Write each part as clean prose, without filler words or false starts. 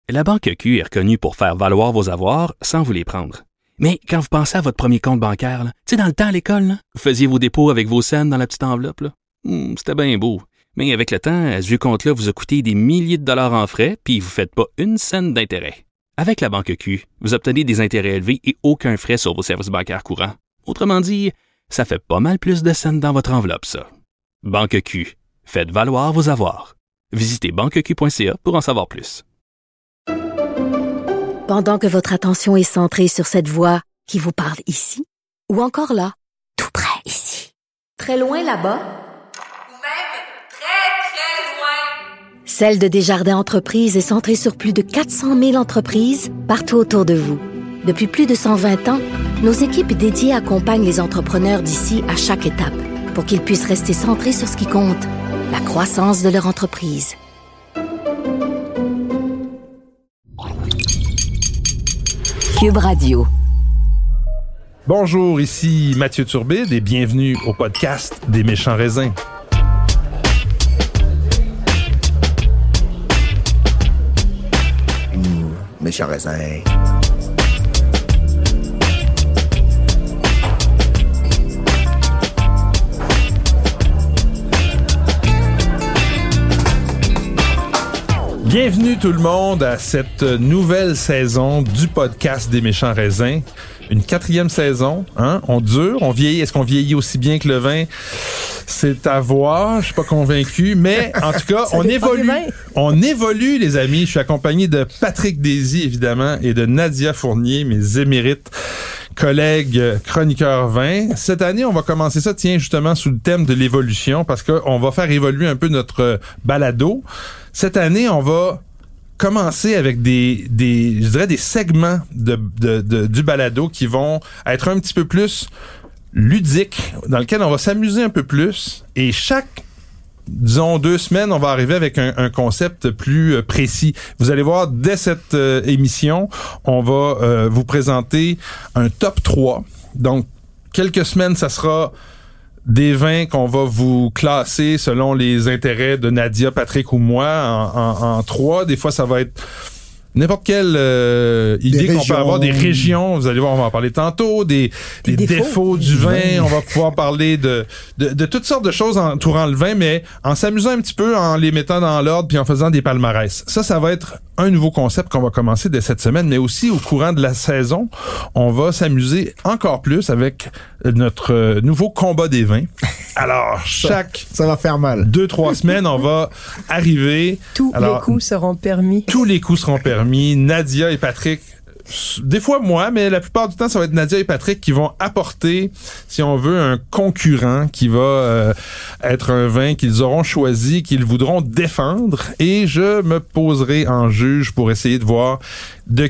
La Banque Q est reconnue pour faire valoir vos avoirs sans vous les prendre. Mais quand vous pensez à votre premier compte bancaire, tu sais, dans le temps à l'école, là, vous faisiez vos dépôts avec vos scènes dans la petite enveloppe. Là. C'était bien beau. Mais avec le temps, ce vieux compte-là vous a coûté des milliers de dollars en frais, puis vous ne faites pas une scène d'intérêt. Avec la Banque Q, vous obtenez des intérêts élevés et aucun frais sur vos services bancaires courants. Autrement dit, ça fait pas mal plus de scènes dans votre enveloppe, ça. Banque Q. Faites valoir vos avoirs. Visitez banqueq.ca pour en savoir plus. Pendant que votre attention est centrée sur cette voix qui vous parle ici, ou encore là, tout près ici, très loin là-bas, ou même très, très loin, Celle de Desjardins Entreprises est centrée sur plus de 400 000 entreprises partout autour de vous. Depuis plus de 120 ans, nos équipes dédiées accompagnent les entrepreneurs d'ici à chaque étape pour qu'ils puissent rester centrés sur ce qui compte, la croissance de leur entreprise. Cube Radio. Bonjour, ici Mathieu Turbide et bienvenue au podcast des Méchants Raisins. Méchants Raisins. Bienvenue tout le monde à cette nouvelle saison du podcast des Méchants Raisins. Une 4e saison, hein? On dure, on vieillit. Est-ce qu'on vieillit aussi bien que le vin? C'est à voir, je suis pas convaincu, mais en tout cas, on évolue. On évolue, les amis. Je suis accompagné de Patrick Désy, évidemment, et de Nadia Fournier, mes émérites collègues chroniqueurs vin. Cette année, on va commencer ça, justement, sous le thème de l'évolution, parce qu'on va faire évoluer un peu notre balado. Cette année, on va commencer avec des segments du balado qui vont être un petit peu plus ludiques, dans lequel on va s'amuser un peu plus. Et chaque, disons, 2 semaines, on va arriver avec un concept plus précis. Vous allez voir, dès cette émission, on va vous présenter un top 3. Donc, quelques semaines, ça sera des vins qu'on va vous classer selon les intérêts de Nadia, Patrick ou moi en 3. Des fois, ça va être n'importe quelle idée qu'on peut avoir, des régions. Vous allez voir, on va en parler tantôt, des défauts du vin. On va pouvoir parler de toutes sortes de choses entourant le vin, mais en s'amusant un petit peu, en les mettant dans l'ordre puis en faisant des palmarès. Ça va être un nouveau concept qu'on va commencer dès cette semaine, mais aussi au courant de la saison, on va s'amuser encore plus avec notre nouveau combat des vins. Alors, ça va faire mal. 2-3 semaines, on va arriver. Tous les coups seront permis. Tous les coups seront permis. Nadia et Patrick, des fois moi, mais la plupart du temps, ça va être Nadia et Patrick qui vont apporter, si on veut, un concurrent qui va être un vin qu'ils auront choisi, qu'ils voudront défendre. Et je me poserai en juge pour essayer de voir de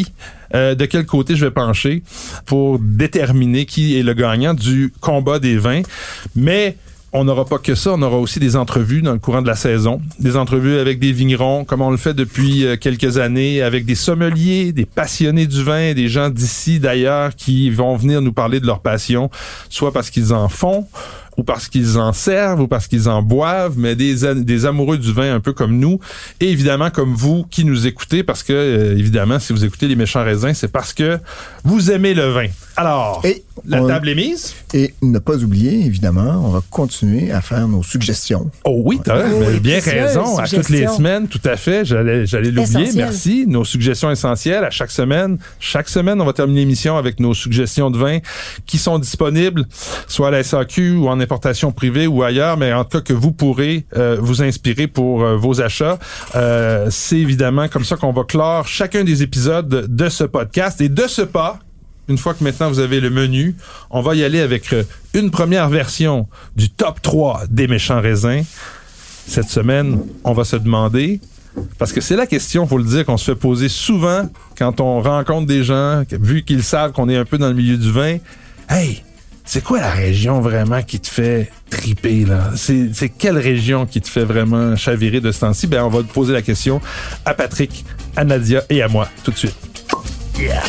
quel côté je vais pencher pour déterminer qui est le gagnant du combat des vins. Mais on n'aura pas que ça, on aura aussi des entrevues dans le courant de la saison. Des entrevues avec des vignerons, comme on le fait depuis quelques années, avec des sommeliers, des passionnés du vin, des gens d'ici, d'ailleurs, qui vont venir nous parler de leur passion, soit parce qu'ils en font, ou parce qu'ils en servent, ou parce qu'ils en boivent, mais des amoureux du vin un peu comme nous, et évidemment comme vous qui nous écoutez, parce que, évidemment, si vous écoutez Les Méchants Raisins, c'est parce que vous aimez le vin. Alors, la table est mise. Et ne pas oublier, évidemment, on va continuer à faire nos suggestions. Oh oui, t'as bien raison. À toutes les semaines, tout à fait. J'allais l'oublier. Essentiel. Merci. Nos suggestions essentielles à chaque semaine. Chaque semaine, on va terminer l'émission avec nos suggestions de vin qui sont disponibles, soit à la SAQ ou en importation privée ou ailleurs, mais en tout cas que vous pourrez vous inspirer pour vos achats. C'est évidemment comme ça qu'on va clore chacun des épisodes de ce podcast. Et de ce pas, une fois que maintenant vous avez le menu, on va y aller avec une première version du top 3 des Méchants Raisins. Cette semaine, on va se demander, parce que c'est la question, faut le dire, qu'on se fait poser souvent quand on rencontre des gens, vu qu'ils savent qu'on est un peu dans le milieu du vin. Hey, c'est quoi la région vraiment qui te fait triper, là? C'est quelle région qui te fait vraiment chavirer de ce temps-ci? Ben, on va te poser la question à Patrick, à Nadia et à moi tout de suite. Yeah!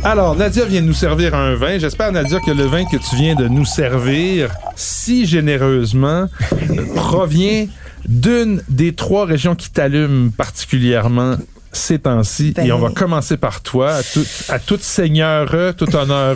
Alors, Nadia vient de nous servir un vin. J'espère, Nadia, que le vin que tu viens de nous servir si généreusement provient d'une des 3 régions qui t'allument particulièrement ces temps-ci. Ben... Et on va commencer par toi, à toute seigneur, tout honneur.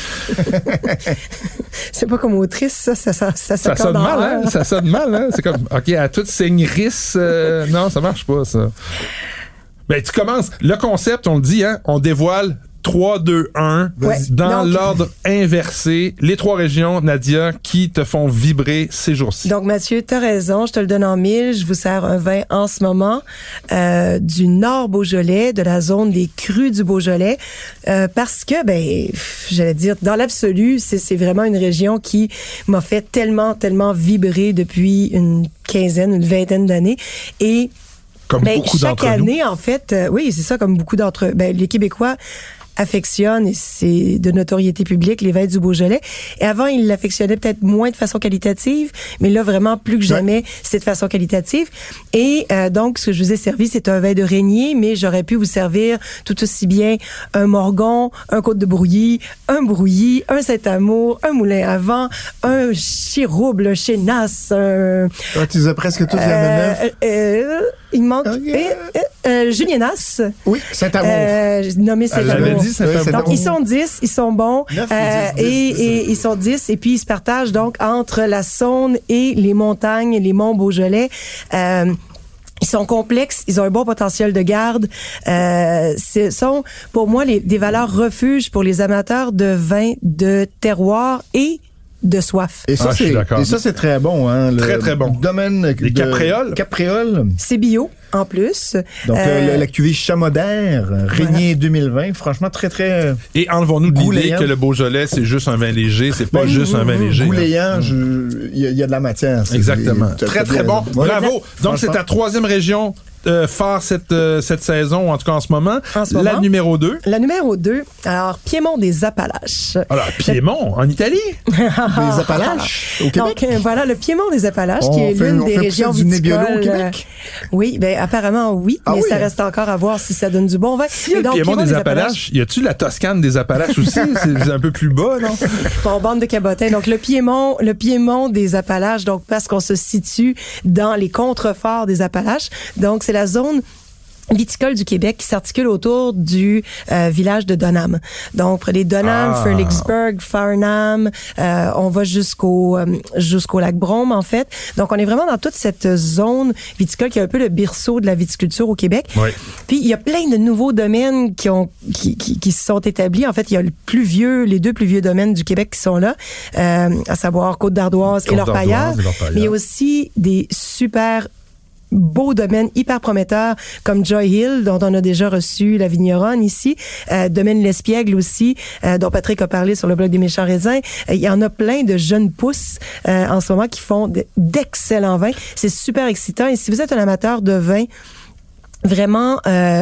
C'est pas comme autrice, ça sonne mal, hein? Ça sonne mal, hein? C'est comme, OK, à toute seigneurisse, non, ça marche pas, ça. Ben, tu commences. Le concept, on le dit, hein? On dévoile 3, 2, 1, dans l'ordre inversé. Les 3 régions, Nadia, qui te font vibrer ces jours-ci. Donc, Mathieu, t'as raison, je te le donne en 1000. Je vous sers un vin en ce moment du Nord Beaujolais, de la zone des crus du Beaujolais, parce que, j'allais dire, dans l'absolu, c'est vraiment une région qui m'a fait tellement vibrer depuis une vingtaine d'années. Et comme beaucoup chaque d'entre année, nous. en fait, oui, c'est ça, comme beaucoup d'entre les Québécois affectionne, et c'est de notoriété publique, les vins du Beaujolais. Et avant, ils l'affectionnaient peut-être moins de façon qualitative, mais là, vraiment, plus que jamais, c'est de façon qualitative. Et donc, ce que je vous ai servi, c'est un vin de Régnier, mais j'aurais pu vous servir tout aussi bien un Morgon, un Côte-de-Brouilly, un Brouilly, un Saint-Amour, un Moulin à Vent, un Chirouble, un Chénas, un... Tu disais presque tous les mêmes. Il manque... Julienas. Oui, Saint-Amour. Nommé Saint-Amour. Donc, ils sont 10, ils sont bons. 9, 10, et ils sont 10, et puis ils se partagent donc entre la Saône et les montagnes, les monts Beaujolais. Ils sont complexes, ils ont un bon potentiel de garde. Ce sont, pour moi, des valeurs refuges pour les amateurs de vins de terroir et de soif. Et ça, c'est très bon. Hein, très, très bon. Domaine les Capréoles. C'est bio, en plus. Donc, la cuvée Chamodère, Régnier 2020, franchement, très, très... Et enlevons-nous de l'idée que le Beaujolais, c'est juste un vin léger. C'est pas juste un vin léger. Gouléant, il y a de la matière. Exactement. Très, très bon. Bravo. Donc, c'est ta 3e région phare cette saison, en tout cas en ce moment. La numéro 2. La numéro 2, alors, Piémont des Appalaches. Alors, Piémont, en Italie? Les Appalaches, au Québec? Donc, voilà, le Piémont des Appalaches, qui est l'une des régions viticoles. Au Québec? Oui, apparemment, oui, mais ça reste encore à voir si ça donne du bon vin. Si le Piémont des Appalaches, y a-tu la Toscane des Appalaches aussi? C'est un peu plus bas, non? Bon, bande de cabotins. Donc, le Piémont des Appalaches, donc, parce qu'on se situe dans les contreforts des Appalaches. Donc, c'est la zone viticole du Québec qui s'articule autour du village de Donham. Donc, les Donham, Fredericksburg, Farnham, on va jusqu'au lac Brome, en fait. Donc, on est vraiment dans toute cette zone viticole qui est un peu le berceau de la viticulture au Québec. Oui. Puis, il y a plein de nouveaux domaines qui se sont établis. En fait, il y a les 2 plus vieux domaines du Québec qui sont là, à savoir Côte-d'Ardoise et l'Orpailleur. Mais il y a aussi des super beaux domaines hyper prometteurs comme Joy Hill, dont on a déjà reçu la vigneronne ici, domaine L'Espiègle aussi, dont Patrick a parlé sur le blog des Méchants Raisins. Il y en a plein de jeunes pousses en ce moment qui font d'excellents vins. C'est super excitant. Et si vous êtes un amateur de vin, vraiment...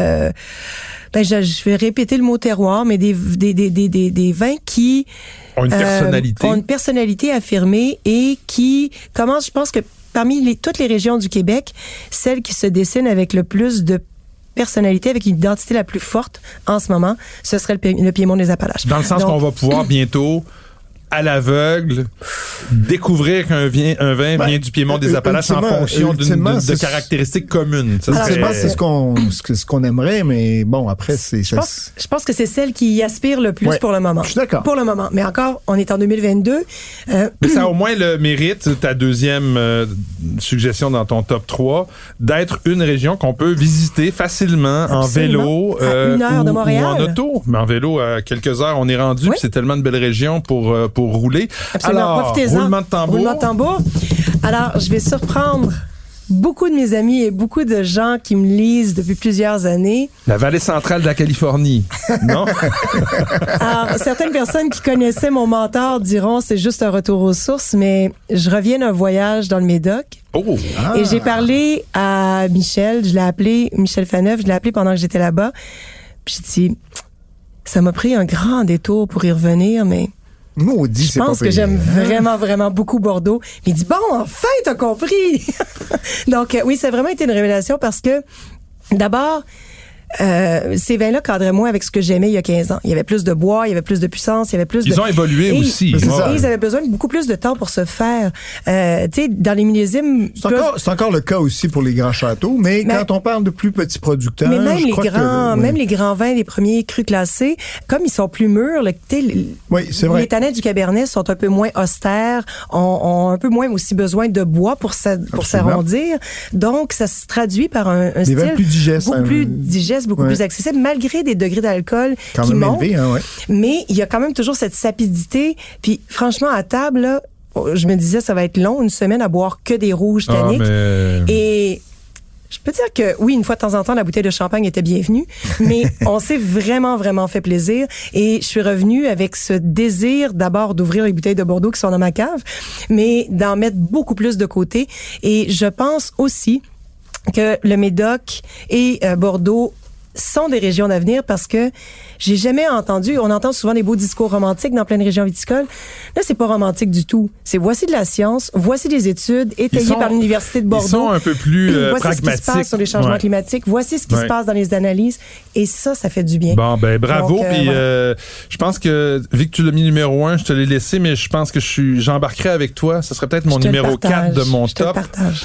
je vais répéter le mot terroir, mais des vins qui... ont une personnalité. Ont une personnalité affirmée et qui commencent, je pense que parmi toutes les régions du Québec, celle qui se dessine avec le plus de personnalité, avec une identité la plus forte en ce moment, ce serait le Piémont des Appalaches. Dans le sens qu'on va pouvoir bientôt, à l'aveugle, découvrir qu'un vin vient du Piémont des Appalaches en fonction de caractéristiques communes. C'est ce qu'on aimerait, mais bon, après, je pense que c'est celle qui y aspire le plus pour le moment. Je suis d'accord. Pour le moment. Mais encore, on est en 2022. Mais ça a au moins le mérite, ta 2e suggestion dans ton top 3, d'être une région qu'on peut visiter facilement en vélo. À 1 heure de Montréal. Ou en auto. Mais en vélo, à quelques heures, on est rendu. Puis c'est tellement de belles régions pour rouler. Absolument. Alors, roulement de tambour. Alors, je vais surprendre beaucoup de mes amis et beaucoup de gens qui me lisent depuis plusieurs années. La vallée centrale de la Californie, non? Alors, certaines personnes qui connaissaient mon mentor diront c'est juste un retour aux sources, mais je reviens d'un voyage dans le Médoc. Oh! Et j'ai parlé à Michel, Michel Faneuf, je l'ai appelé pendant que j'étais là-bas. Puis j'ai dit, ça m'a pris un grand détour pour y revenir, mais... Maudit, je pense que j'aime vraiment, vraiment beaucoup Bordeaux. Il dit, bon, enfin, t'as compris! Donc, oui, ça a vraiment été une révélation parce que, d'abord, ces vins-là cadraient moins avec ce que j'aimais il y a 15 ans. Il y avait plus de bois, il y avait plus de puissance, il y avait plus Ils ont évolué aussi. Et ils avaient besoin de beaucoup plus de temps pour se faire. Tu sais, dans les millésimes... C'est encore le cas aussi pour les grands châteaux, mais quand on parle de plus petits producteurs... Mais même les grands vins, les premiers crus classés, comme ils sont plus mûrs, c'est vrai. Les tanins du Cabernet sont un peu moins austères, ont un peu moins aussi besoin de bois pour s'arrondir. Donc, ça se traduit par un style plus digeste, beaucoup plus accessible, malgré des degrés d'alcool qui montent. Élevé, hein, ouais. Mais il y a quand même toujours cette sapidité. Puis, franchement, à table, là, je me disais, ça va être long, une semaine à boire que des rouges tanniques. Et je peux dire que oui, une fois de temps en temps, la bouteille de champagne était bienvenue, mais on s'est vraiment, vraiment fait plaisir. Et je suis revenue avec ce désir d'abord d'ouvrir les bouteilles de Bordeaux qui sont dans ma cave, mais d'en mettre beaucoup plus de côté. Et je pense aussi que le Médoc et Bordeaux sont des régions d'avenir parce que j'ai jamais entendu, on entend souvent des beaux discours romantiques dans plein de régions viticoles. Là, c'est pas romantique du tout. C'est voici de la science, voici des études étayées par l'Université de Bordeaux. Ils sont un peu plus voici pragmatiques. Voici ce qui se passe sur les changements climatiques. Voici ce qui se passe dans les analyses. Et ça fait du bien. Bon, ben bravo. Puis je pense que, vu que tu l'as mis numéro 1, je te l'ai laissé, mais je pense que j'embarquerai avec toi. Ça serait peut-être mon numéro 4 de mon top. Je te partage.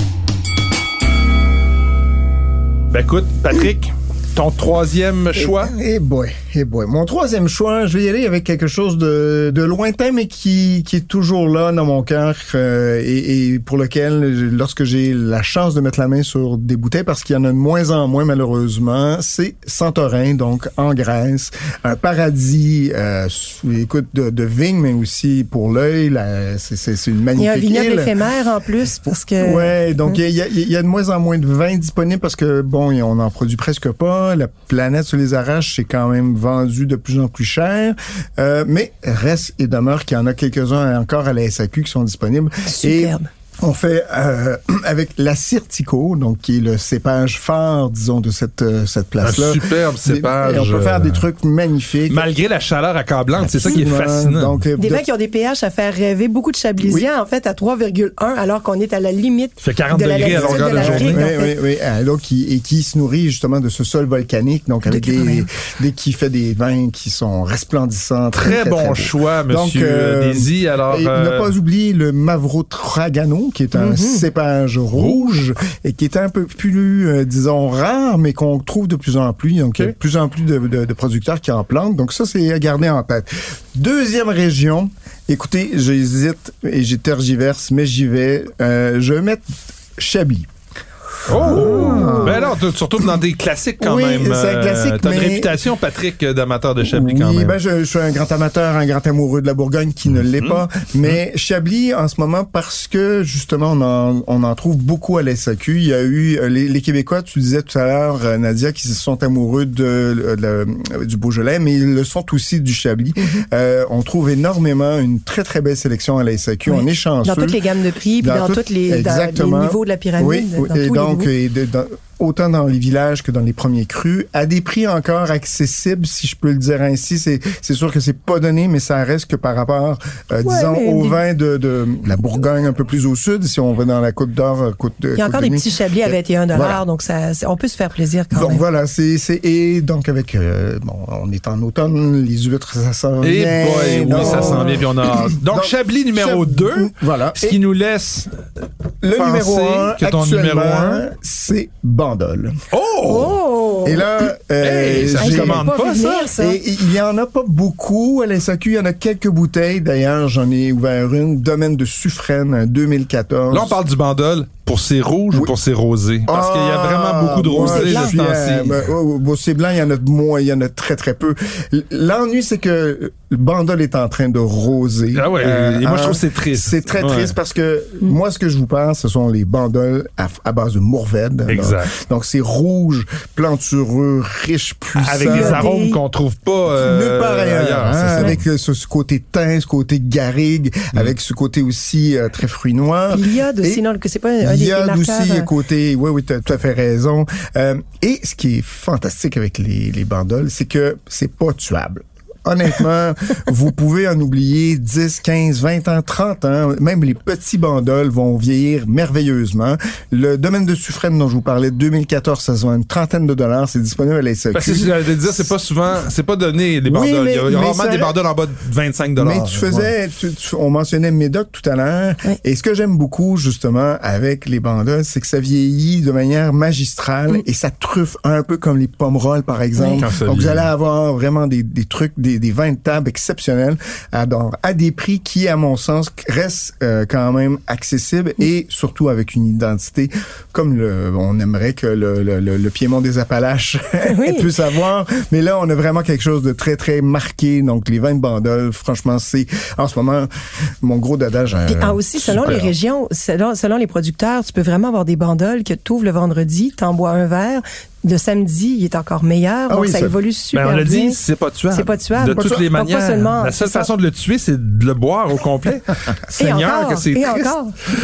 Ben écoute, Patrick, ton troisième choix? Eh boy. Mon troisième choix, je vais y aller avec quelque chose de lointain, mais qui est toujours là dans mon cœur et pour lequel, lorsque j'ai la chance de mettre la main sur des bouteilles, parce qu'il y en a de moins en moins malheureusement, c'est Santorin, donc en Grèce, un paradis, écoute, de vigne, mais aussi pour l'œil. C'est une magnifique. Il y a un vignoble île. Éphémère en plus, parce que... Ouais, donc il y a de moins en moins de vins disponibles parce que bon, on en produit presque pas. La planète se les arrache, c'est quand même vendu de plus en plus cher. Mais reste et demeure qu'il y en a quelques-uns encore à la SAQ qui sont disponibles. Superbe. On fait avec la Certico, donc qui est le cépage phare, disons, de cette place-là. Un superbe cépage. Et on peut faire des trucs magnifiques. Malgré la chaleur accablante, c'est ça qui est fascinant. Donc, des vins qui ont des pH à faire rêver beaucoup de Chablisiens, en fait, à 3,1, alors qu'on est à la limite. Il fait 40 degrés à longueur de journée. Oui. Donc, qui se nourrit justement de ce sol volcanique, donc avec qui fait des vins qui sont resplendissants. Très bon choix, monsieur Désy. Alors, ne pas oublier le Mavro Tragano, qui est un cépage rouge et qui est un peu plus, disons, rare, mais qu'on trouve de plus en plus. Donc, il y a de plus en plus de producteurs qui en plantent. Donc, ça, c'est à garder en tête. Deuxième région, écoutez, j'hésite et j'y tergiverse, mais j'y vais. Je vais mettre Chablis. Ben non, surtout dans des classiques quand même. Oui, c'est un classique, t'as une réputation, Patrick, d'amateur de Chablis quand même. Ben je suis un grand amateur, un grand amoureux de la Bourgogne qui ne l'est pas. Mais Chablis, en ce moment, parce que justement, on en trouve beaucoup à la SAQ. Il y a eu les Québécois, tu disais tout à l'heure, Nadia, qui se sont amoureux du Beaujolais, mais ils le sont aussi du Chablis. On trouve énormément, une très très belle sélection à la SAQ. On est chanceux. Dans toutes les gammes de prix, puis dans tous les niveaux de la pyramide. Donc, autant dans les villages que dans les premiers crus, à des prix encore accessibles, si je peux le dire ainsi. C'est sûr que c'est pas donné, mais ça reste que par rapport, disons, aux vins de la Bourgogne un peu plus au sud, si on va dans la Côte d'Or, il y a encore des petits Chablis à 21 $, voilà. Donc on peut se faire plaisir quand même. Donc voilà, et donc avec, on est en automne, les huîtres, ça s'en vient. Oui, ça s'en vient, puis on a... Donc Chablis numéro 2, voilà. Ce qui nous laisse le numéro 1, que ton numéro 1, c'est Bandol. Oh! Et là, je commande pas ça. Et il y en a pas beaucoup à la SAQ. Il y en a quelques bouteilles. D'ailleurs, j'en ai ouvert une. Domaine de Suffren, en 2014. Là, on parle du Bandol. Pour ses rouges ou pour ses rosés? Parce qu'il y a vraiment beaucoup de rosés de ce temps-ci. C'est blanc, il y en a moins, il y en a très, très peu. L'ennui, c'est que le Bandol est en train de roser. Ah ouais, et moi, je trouve que c'est triste. C'est très triste parce que moi, ce que je vous parle, ce sont les Bandols à base de Mourvèdre. Exact. Donc, c'est rouge, plantureux, riche, puissant. Avec des arômes qu'on trouve pas nulle part ailleurs. Avec ce côté thym, ce côté garrigue, avec ce côté aussi très fruit noir. L'iode aussi, non, que c'est pas il y a aussi un côté, oui, tu as tout à fait raison. Et ce qui est fantastique avec les bandoles, c'est que c'est pas tuable. honnêtement, vous pouvez en oublier 10, 15, 20 ans, 30 ans. Même les petits bandoles vont vieillir merveilleusement. Le domaine de Suffren dont je vous parlais, 2014, ça se vend une trentaine de dollars. C'est disponible à la SAQ. Parce que j'allais dire, c'est pas souvent, c'est pas donné, les bandoles. Oui, il y a rarement des bandoles en bas de 25 $. Mais tu faisais, on mentionnait Médoc tout à l'heure. Oui. Et ce que j'aime beaucoup, justement, avec les bandoles, c'est que ça vieillit de manière magistrale et ça truffe un peu comme les pommerolles, par exemple. Donc, vous allez avoir vraiment des trucs, des vins de table exceptionnels à des prix qui, à mon sens, restent quand même accessibles et surtout avec une identité comme on aimerait que le Piémont des Appalaches puisse avoir. Mais là, on a vraiment quelque chose de très, très marqué. Donc, les vins de Bandol, franchement, c'est en ce moment mon gros dada. Aussi, selon les régions, selon les producteurs, tu peux vraiment avoir des bandoles que tu ouvres le vendredi, t'en bois un verre. Le samedi, il est encore meilleur. Donc, ça évolue super bien. On l'a dit, c'est pas tuable. C'est pas tuable. De toutes les manières. La seule façon de le tuer, c'est de le boire au complet. Seigneur, que c'est triste. Encore.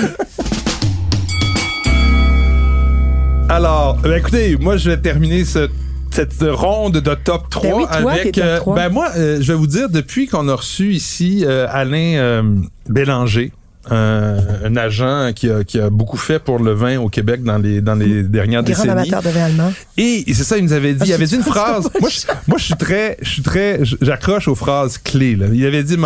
Alors, écoutez, moi, je vais terminer cette ronde de top 3 avec... moi, je vais vous dire, depuis qu'on a reçu ici Alain Bélanger, un agent qui a beaucoup fait pour le vin au Québec dans les dernières décennies. Grand amateur de vin allemand. Et c'est ça, il nous avait dit. Il avait dit une phrase. Moi, j'accroche aux phrases clés, là. Il avait dit,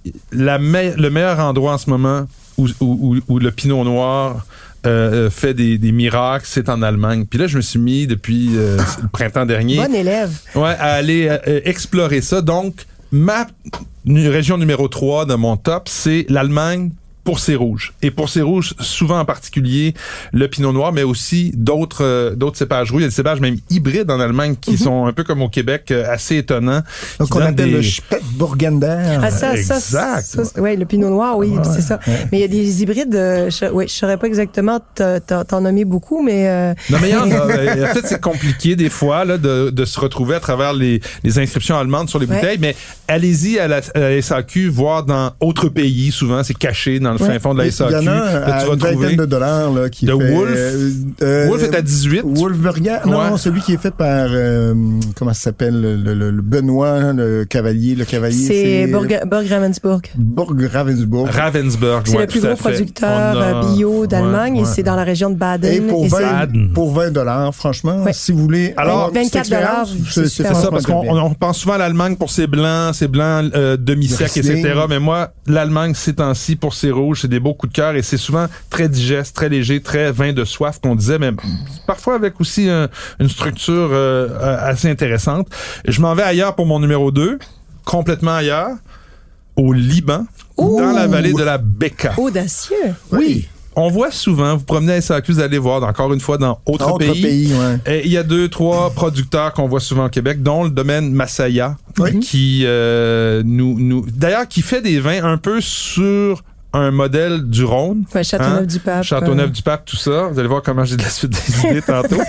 le meilleur endroit en ce moment où le Pinot Noir fait des miracles, c'est en Allemagne. Puis là, je me suis mis depuis le printemps dernier. Bon élève. Ouais, à aller explorer ça. Donc, ma région numéro 3 de mon top, c'est l'Allemagne pour ses rouges. Et pour ses rouges, souvent en particulier le Pinot Noir, mais aussi d'autres cépages rouges. Il y a des cépages même hybrides en Allemagne qui sont un peu comme au Québec, assez étonnants. Donc on appelle le Spätburgunder. Exact. Oui, le Pinot Noir, oui, c'est ça. Ouais. Mais il y a des hybrides, je saurais pas exactement t'en nommer beaucoup, mais... Non, mais en fait, c'est compliqué des fois là de se retrouver à travers les inscriptions allemandes sur les bouteilles, mais allez-y à la SAQ, voir dans autres pays, souvent, c'est caché dans le fin fond de la SAQ. Il y en a à une vingtaine de dollars là, qui de fait... Wolf. Wolf est à 18. Wolfburger. Non, celui qui est fait par... comment ça s'appelle? Le Benoît, le cavalier. C'est Burg-Ravensburg. Ravensburg, c'est le plus gros producteur bio d'Allemagne et c'est dans la région de Baden. Et pour 20 dollars, franchement, si vous voulez... Alors, 24 dollars, c'est ça, parce qu'on pense souvent à l'Allemagne pour ses blancs demi-secs, etc. Mais moi, l'Allemagne, ces temps-ci, pour ses rouges, c'est des beaux coups de cœur et c'est souvent très digeste, très léger, très vin de soif qu'on disait, mais parfois avec aussi une structure assez intéressante. Je m'en vais ailleurs pour mon numéro 2, complètement ailleurs, au Liban, dans la vallée de la Bekaa. Audacieux. Oui. On voit souvent, vous promenez à SAQ, vous allez voir encore une fois dans autres pays. Il y a 2-3 producteurs qu'on voit souvent au Québec, dont le domaine Masaya, qui d'ailleurs qui fait des vins un peu sur un modèle du Rhône. Ouais, Châteauneuf-du-Pape. Châteauneuf-du-Pape, tout ça. Vous allez voir comment j'ai de la suite des idées tantôt.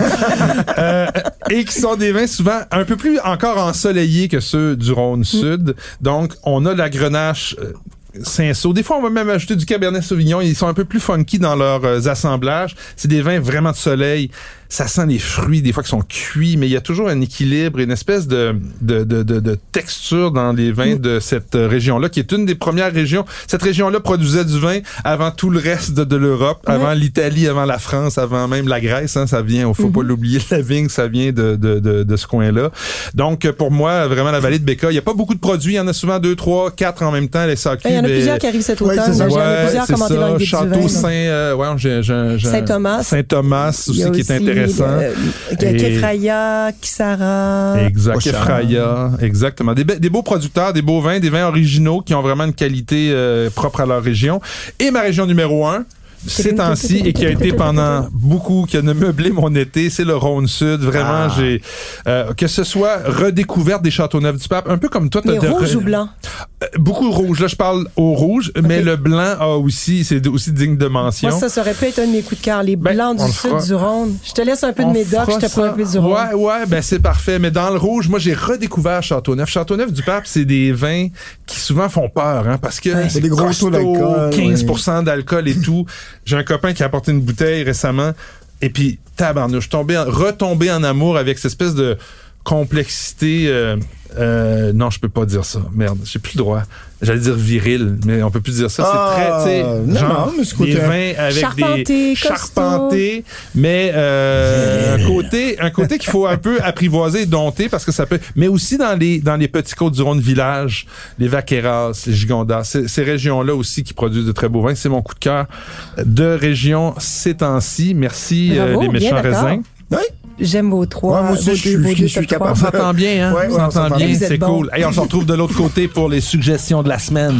Et qui sont des vins souvent un peu plus encore ensoleillés que ceux du Rhône Sud. Donc, on a la Grenache Cinsault. Des fois, on va même ajouter du Cabernet Sauvignon. Ils sont un peu plus funky dans leurs assemblages. C'est des vins vraiment de soleil. Ça sent les fruits, des fois, qui sont cuits, mais il y a toujours un équilibre et une espèce de texture dans les vins de cette région-là, qui est une des premières régions. Cette région-là produisait du vin avant tout le reste de l'Europe, avant l'Italie, avant la France, avant même la Grèce. Hein, ça vient, faut pas l'oublier, la vigne, ça vient de ce coin-là. Donc, pour moi, vraiment, la vallée de Bekaa, il y a pas beaucoup de produits. Il y en a souvent 2, 3, 4 en même temps, les SAQ. Il y en a plusieurs qui arrivent cet automne. J'en ai plusieurs commentés dans le guide Château du vin. Saint-Thomas. Saint-Thomas aussi, qui est intéressant. Kefraya, Kisara. Exact, Kefraya, exactement. Des beaux producteurs, des beaux vins, des vins originaux qui ont vraiment une qualité propre à leur région. Et ma région numéro 1, ces temps-ci, et qui a été pendant qui a meublé mon été, c'est le Rhône Sud. Vraiment, j'ai que ce soit redécouverte des Châteauneuf-du-Pape, un peu comme toi. Mais rouge ou blanc? Beaucoup rouge. Là, je parle au rouge, mais le blanc c'est aussi digne de mention. Moi, ça aurait pu être un de mes coups de cœur, les blancs du sud du Rhône. Je te laisse un peu de Médoc, je te prends un peu du Rhône. Ouais, c'est parfait. Mais dans le rouge, moi, j'ai redécouvert Châteauneuf. Châteauneuf-du-Pape, c'est des vins qui souvent font peur, hein, parce que c'est des gros taux d'alcool, 15% d'alcool et tout. J'ai un copain qui a apporté une bouteille récemment, et puis tabarnouche, retombé en amour avec cette espèce de complexité. Non, je peux pas dire ça. Merde, j'ai plus le droit. J'allais dire viril, mais on peut plus dire ça. C'est très, tu sais, genre des vins avec des charpentés, mais un côté qu'il faut un peu apprivoiser et dompter parce que ça peut. Mais aussi dans les petits Côtes-du-Rhône villages, les Vaqueras, les Gigondas, ces régions-là aussi qui produisent de très beaux vins. C'est mon coup de cœur de région ces temps-ci. Merci les méchants raisins. Oui. J'aime vos trois. Ouais, moi aussi, je suis capable. On s'entend bien, hein? Ouais, on s'entend bien, c'est bon. cool. Hey, on se retrouve de l'autre côté pour les suggestions de la semaine.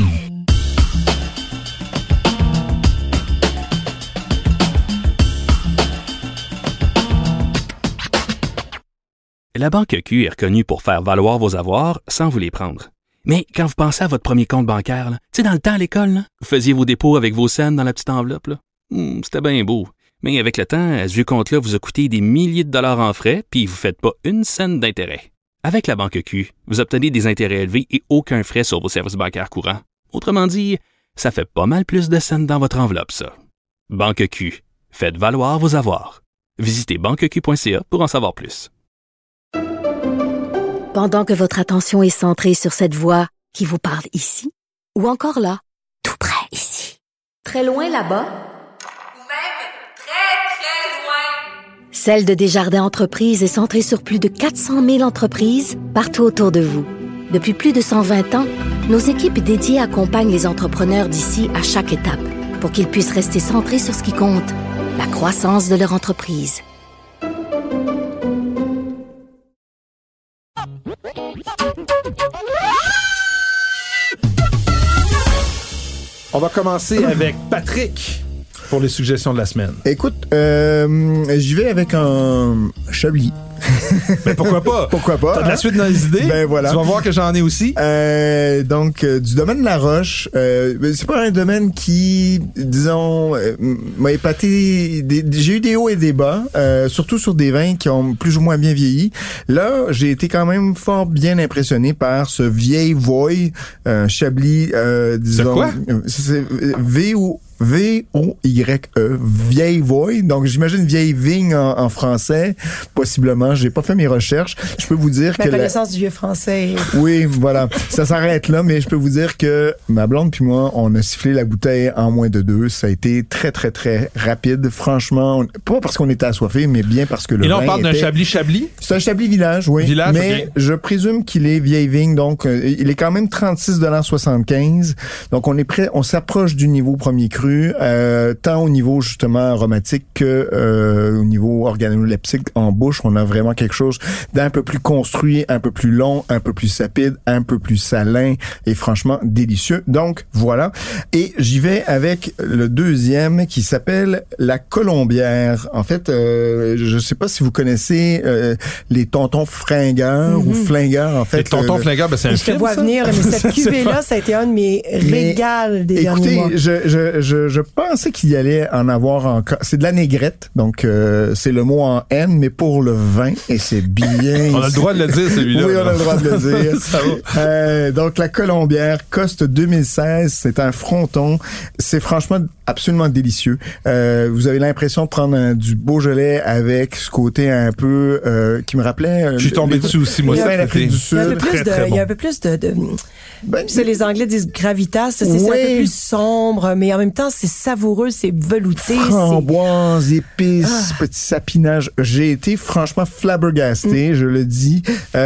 La Banque Q est reconnue pour faire valoir vos avoirs sans vous les prendre. Mais quand vous pensez à votre premier compte bancaire, tu sais, dans le temps à l'école, là, vous faisiez vos dépôts avec vos scènes dans la petite enveloppe. Là. C'était bien beau. Mais avec le temps, ce vieux compte-là vous a coûté des milliers de dollars en frais, puis vous ne faites pas une scène d'intérêt. Avec la Banque Q, vous obtenez des intérêts élevés et aucun frais sur vos services bancaires courants. Autrement dit, ça fait pas mal plus de scènes dans votre enveloppe, ça. Banque Q. Faites valoir vos avoirs. Visitez banqueq.ca pour en savoir plus. Pendant que votre attention est centrée sur cette voix qui vous parle ici, ou encore là, tout près ici, très loin là-bas, Celle de Desjardins Entreprises est centrée sur plus de 400 000 entreprises partout autour de vous. Depuis plus de 120 ans, nos équipes dédiées accompagnent les entrepreneurs d'ici à chaque étape pour qu'ils puissent rester centrés sur ce qui compte, la croissance de leur entreprise. On va commencer avec Patrick pour les suggestions de la semaine. Écoute, j'y vais avec un Chablis. Ben pourquoi pas? Pourquoi pas? T'as de la suite dans les idées? Ben voilà. Tu vas voir que j'en ai aussi. Donc, du domaine de la Roche, c'est pas un domaine qui, disons, m'a épaté. J'ai eu des hauts et des bas, surtout sur des vins qui ont plus ou moins bien vieilli. Là, j'ai été quand même fort bien impressionné par ce vieil Voy, Chablis, disons. C'est quoi? C'est V-O-Y-E, vieille Voy. Donc, j'imagine vieille vigne en français, possiblement. J'ai pas fait mes recherches. Je peux vous dire ma que... connaissance du vieux français. Oui, voilà. Ça s'arrête là, mais je peux vous dire que ma blonde puis moi, on a sifflé la bouteille en moins de 2. Ça a été très, très, très rapide. Franchement, pas parce qu'on était assoiffés, mais bien parce que le vin. Et là, on parle d'un Chablis? C'est un Chablis village, oui. Village, mais okay. Je présume qu'il est vieille vigne, donc il est quand même 36,75 $. Donc, on s'approche du niveau premier cru. Tant au niveau justement aromatique que au niveau organoleptique en bouche, on a vraiment quelque chose d'un peu plus construit, un peu plus long, un peu plus sapide, un peu plus salin et franchement délicieux. Donc voilà. Et j'y vais avec le deuxième qui s'appelle la Colombière. En fait, je sais pas si vous connaissez les tontons fringueurs ou flingueurs. En fait, les tontons flingueurs, ben c'est un film. Je te vois venir, mais cette cuvée-là, ça a été un de mes régals des derniers mois. Écoutez, je pensais qu'il y allait en avoir encore. C'est de la négrette, donc c'est le mot en N, mais pour le vin, et c'est bien. On a le droit de le dire, celui-là. Oui, on a le droit de le dire. Ça va. Donc, la Colombière, Coste 2016, c'est un fronton. C'est franchement absolument délicieux. Vous avez l'impression de prendre du Beaujolais avec ce côté un peu qui me rappelait... Je suis tombé dessus aussi, moi. C'est l'Afrique du Sud. Il y a un peu plus de c'est les Anglais disent gravitas, c'est un peu plus sombre, mais en même temps, c'est savoureux, c'est velouté. Framboise, épices, petit sapinage. J'ai été franchement flabbergasté, je le dis.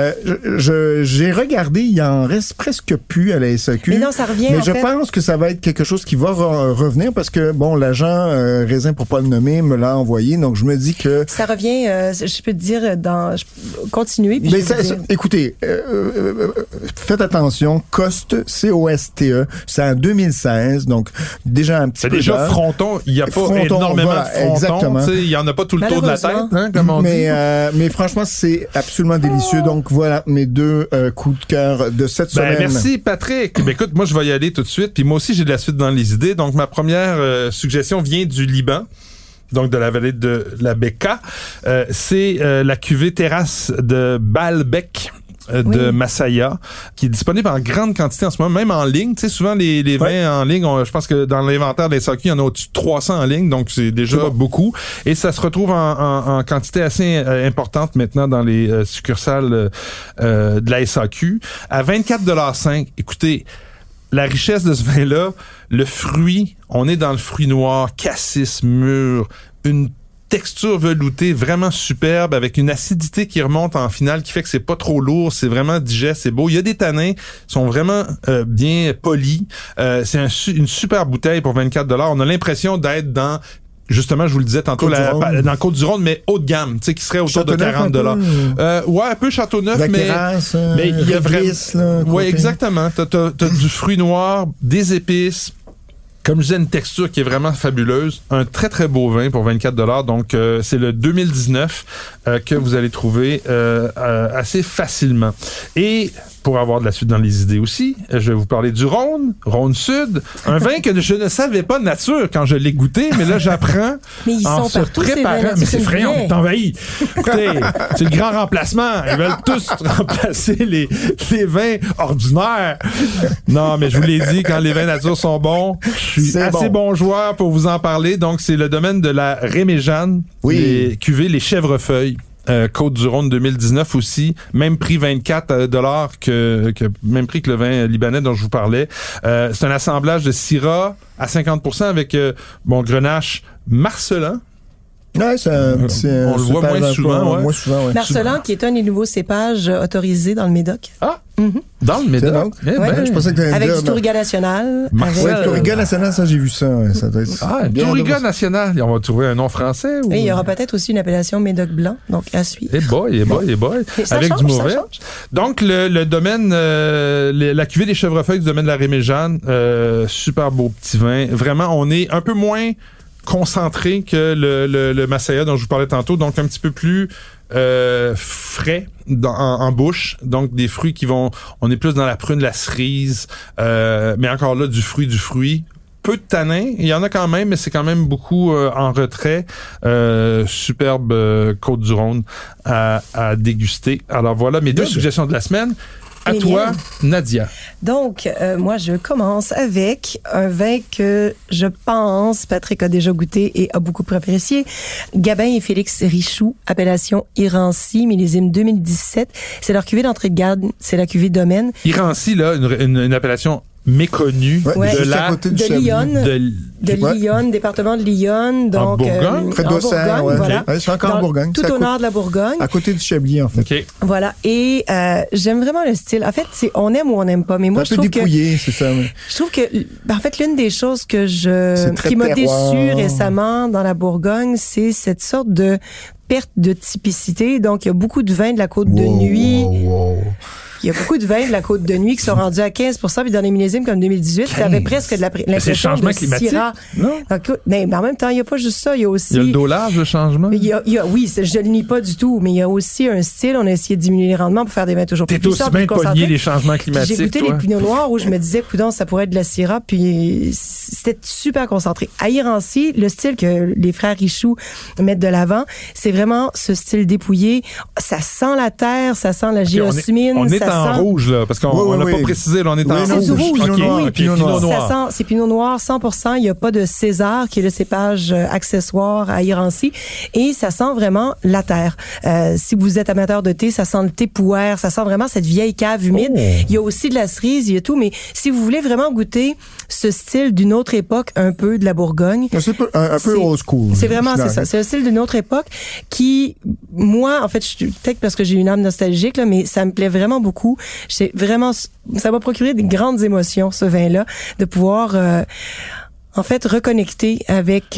J'ai regardé, il en reste presque plus à la SAQ. Mais non, ça revient, mais je pense que ça va être quelque chose qui va revenir parce que, bon, l'agent Raisin, pour pas le nommer, me l'a envoyé. Donc, je me dis que... Ça revient, je peux te dire, continuez. Mais écoutez, faites attention, Coste, C-O-S-T-E, c'est en 2016, donc déjà un petit peu déjà d'heure. Fronton, il n'y a pas énormément de frontons. Exactement. Il n'y en a pas tout le tour de la tête, hein, comme on dit. Mais franchement, c'est absolument délicieux. Donc voilà mes deux coups de cœur de cette semaine. Merci Patrick. Ben, écoute, moi je vais y aller tout de suite. Puis moi aussi j'ai de la suite dans les idées. Donc ma première suggestion vient du Liban. Donc de la vallée de la Bekaa. C'est la cuvée terrasse de Baalbek. de Masaya, qui est disponible en grande quantité en ce moment, même en ligne. Tu sais, souvent, les vins en ligne, je pense que dans l'inventaire de la SAQ, il y en a au-dessus de 300 en ligne, donc c'est déjà beaucoup. Et ça se retrouve en quantité assez importante maintenant dans les succursales de la SAQ. À 24,5 $, écoutez, la richesse de ce vin-là, le fruit, on est dans le fruit noir, cassis, mûr, une texture veloutée vraiment superbe avec une acidité qui remonte en finale qui fait que c'est pas trop lourd, c'est vraiment digeste, c'est beau. Il y a des tanins, sont vraiment bien polis. C'est une super bouteille pour 24 $. On a l'impression d'être dans, justement, je vous le disais tantôt, dans Côte-du-Rhône, mais haut de gamme, tu sais, qui serait autour de 40 $. Ouais, un peu Châteauneuf, mais il y a vraiment... Ouais, exactement. T'as du fruit noir, des épices. Comme je disais, une texture qui est vraiment fabuleuse. Un très, très beau vin pour 24 $. Donc, c'est le 2019 que vous allez trouver assez facilement. Et pour avoir de la suite dans les idées aussi, je vais vous parler du Rhône Sud. Un vin que je ne savais pas de nature quand je l'ai goûté, mais là, j'apprends. Mais ils sont partout, ces vins. Mais c'est effrayant, on t'envahit. Écoutez, c'est le grand remplacement. Ils veulent tous remplacer les vins ordinaires. Non, mais je vous l'ai dit, quand les vins nature sont bons, je suis assez bon joueur pour vous en parler. Donc, c'est le domaine de la Réméjane, les cuvées, les chèvrefeuilles. Côte-du-Rhône 2019 aussi, même prix 24 $ que même prix que le vin libanais dont je vous parlais. C'est un assemblage de Syrah à 50% avec Grenache Marcelin. Ouais, on le voit moins souvent. Marcelin, qui est un des nouveaux cépages autorisés dans le Médoc. Ah! Dans le Médoc? Je pensais que avec du Touriga National. Ouais, Touriga National, ça, j'ai vu ça. Ça doit être Touriga National. On va trouver un nom français? Et il y aura peut-être aussi une appellation Médoc Blanc, donc à suivre. Et boy. Avec du mauvais. Donc, le domaine, la cuvée des chèvrefeuilles du domaine de la Réméjane, super beau petit vin. Vraiment, on est un peu moins concentré que le Masaya dont je vous parlais tantôt, donc un petit peu plus frais en bouche, donc des fruits on est plus dans la prune, la cerise, mais encore là du fruit, peu de tanins, il y en a quand même, mais c'est quand même beaucoup en retrait. Superbe Côte-du-Rhône à déguster. Alors voilà mes deux suggestions de la semaine. À toi, Nadia. Donc, moi, je commence avec un vin que je pense Patrick a déjà goûté et a beaucoup apprécié. Gabin et Félix Richoux, appellation Irancy, millésime 2017. C'est leur cuvée d'entrée de garde, c'est la cuvée Domaine. Irancy, là, une appellation méconnue de Lyon. De Lyon, département de Lyon. Donc, en Bourgogne? Près d'Auxerre, voilà. C'est encore en Bourgogne. Tout au nord de la Bourgogne. À côté du Chablis, en fait. Okay. Voilà. Et j'aime vraiment le style. En fait, on aime ou on n'aime pas. Mais moi, je trouve dépouillé, c'est ça. Mais... Je trouve que, en fait, l'une des choses qui m'a déçue récemment dans la Bourgogne, c'est cette sorte de perte de typicité. Donc, il y a beaucoup de vins de la Côte de Nuit. Il y a beaucoup de vins de la Côte de Nuit qui sont rendus à 15%, puis dans les millésimes comme 2018, ça avait presque de l'impression de Syrah. Non? Mais en même temps, il n'y a pas juste ça, il y a aussi... Il y a le dollar de changement? Oui, je ne le nie pas du tout, mais il y a aussi un style, on a essayé de diminuer les rendements pour faire des vins toujours plus puissants. T'es aussi bien pogné les changements climatiques, j'ai goûté les pinots noirs où je me disais, coudonc, ça pourrait être de la Syrah, puis c'était super concentré. À Irancy, le style que les frères Richoux mettent de l'avant, c'est vraiment ce style dépouillé. Ça sent la terre, ça sent la géosmine. On est en rouge, là, parce qu'on n'a pas précisé, là, on est en rouge. C'est du rouge. Pinot noir. C'est Pinot noir 100%. Il n'y a pas de César, qui est le cépage accessoire à Irancy. Et ça sent vraiment la terre. Si vous êtes amateur de thé, ça sent le thé pouère. Ça sent vraiment cette vieille cave humide. Il y a aussi de la cerise, il y a tout. Mais si vous voulez vraiment goûter ce style d'une autre époque, un peu de la Bourgogne. C'est un peu old school. C'est vraiment, c'est ça. C'est un style d'une autre époque qui, moi, en fait, peut-être parce que j'ai une âme nostalgique, là, mais ça me plaît vraiment beaucoup. C'est vraiment, ça m'a procuré des grandes émotions, ce vin-là, de pouvoir, en fait, reconnecter avec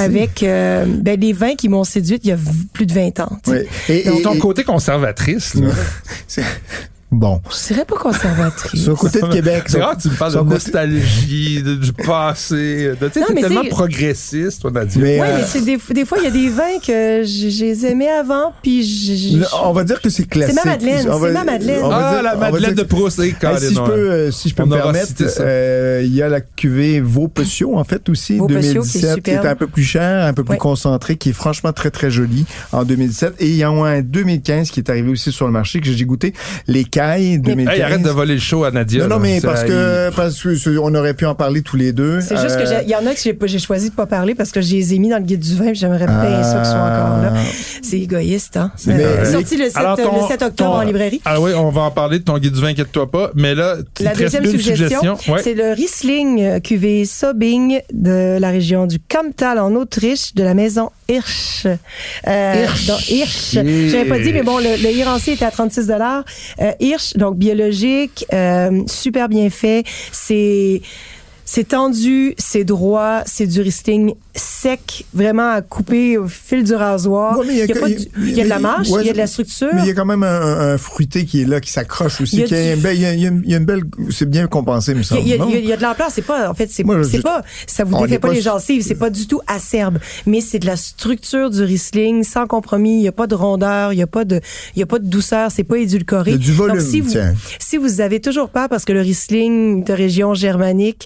les vins qui m'ont séduite il y a plus de 20 ans. Oui. Et ton côté conservatrice, là. Bon. Je dirais pas conservatrice. Sur le côté de Québec. C'est rare que tu me parles de nostalgie, du passé. Tu sais, t'es tellement progressiste, toi, Nadia. Oui, mais c'est des fois, il y a des vins que je les aimais avant, puis on va dire que c'est classique. C'est ma Madeleine. La Madeleine de Proust. Si je peux me permettre, il y a la cuvée Vaux-Pescio, en fait, aussi, Vaux 2017, qui est un peu plus cher, un peu plus concentré, qui est franchement très, très joli en 2017. Et il y a un 2015 qui est arrivé aussi sur le marché, que j'ai goûté, les Cailles 2015. Hey, arrête de voler le show à Nadia. Non, mais parce que on aurait pu en parler tous les deux. C'est juste que il y en a que j'ai choisi de pas parler parce que je les ai mis dans le guide du vin, puis j'aimerais bien ça qu'ils soient encore là. C'est égoïste, hein? C'est sorti le 7 octobre en librairie. Ah oui, on va en parler de ton guide du vin, inquiète-toi pas. Mais là, la deuxième suggestion, c'est le Riesling cuvée Sobing de la région du Kamptal en Autriche, de la maison Hirsch. Hirsch. J'avais pas dit, mais bon, le Hirancier était à $36. Hirsch, donc biologique, super bien fait. C'est tendu, c'est droit, c'est du Riesling sec, vraiment à couper au fil du rasoir. Il y a de la mâche, il y a de la structure. Mais il y a quand même un fruité qui est là, qui s'accroche aussi. Il y a une belle, c'est bien compensé, me semble. Il y a de l'ampleur, c'est pas, en fait, c'est pas, ça vous défait pas les gencives, c'est pas du tout acerbe, mais c'est de la structure du Riesling, sans compromis, il y a pas de rondeur, il y a pas de douceur, c'est pas édulcoré. Il y a du volume, donc, si vous avez toujours peur parce que le Riesling de région germanique,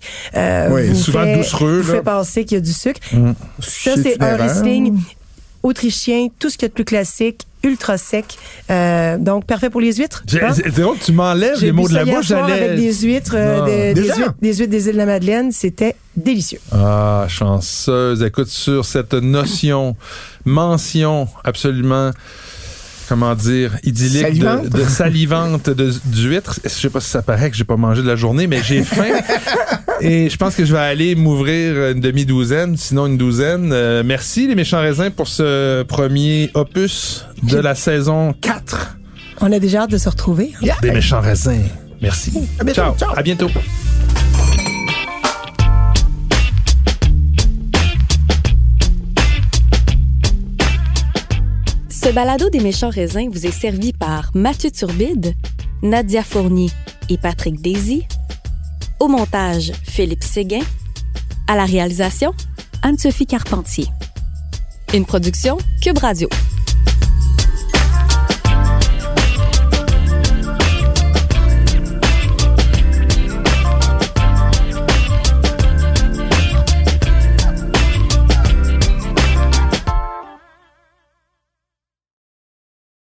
vous fait penser qu'il y a du sucre. Ça, c'est un Riesling autrichien, tout ce qu'il y a de plus classique, ultra sec. Donc, parfait pour les huîtres. C'est drôle que tu m'enlèves les mots de la bouche. Avec des huîtres, des huîtres des îles de la Madeleine, c'était délicieux. Ah, chanceuse. Écoute, sur cette mention absolument... comment dire, idyllique de salivante d'huîtres. Je sais pas si ça paraît que j'ai pas mangé de la journée, mais j'ai faim. Et je pense que je vais aller m'ouvrir une demi-douzaine, sinon une douzaine. Merci les méchants raisins pour ce premier opus de la saison 4. On a déjà hâte de se retrouver. Hein? Des méchants raisins. Merci. À bientôt. Ciao. À bientôt. Ce balado des méchants raisins vous est servi par Mathieu Turbide, Nadia Fournier et Patrick Daisy. Au montage, Philippe Séguin. À la réalisation, Anne-Sophie Carpentier. Une production Cube Radio.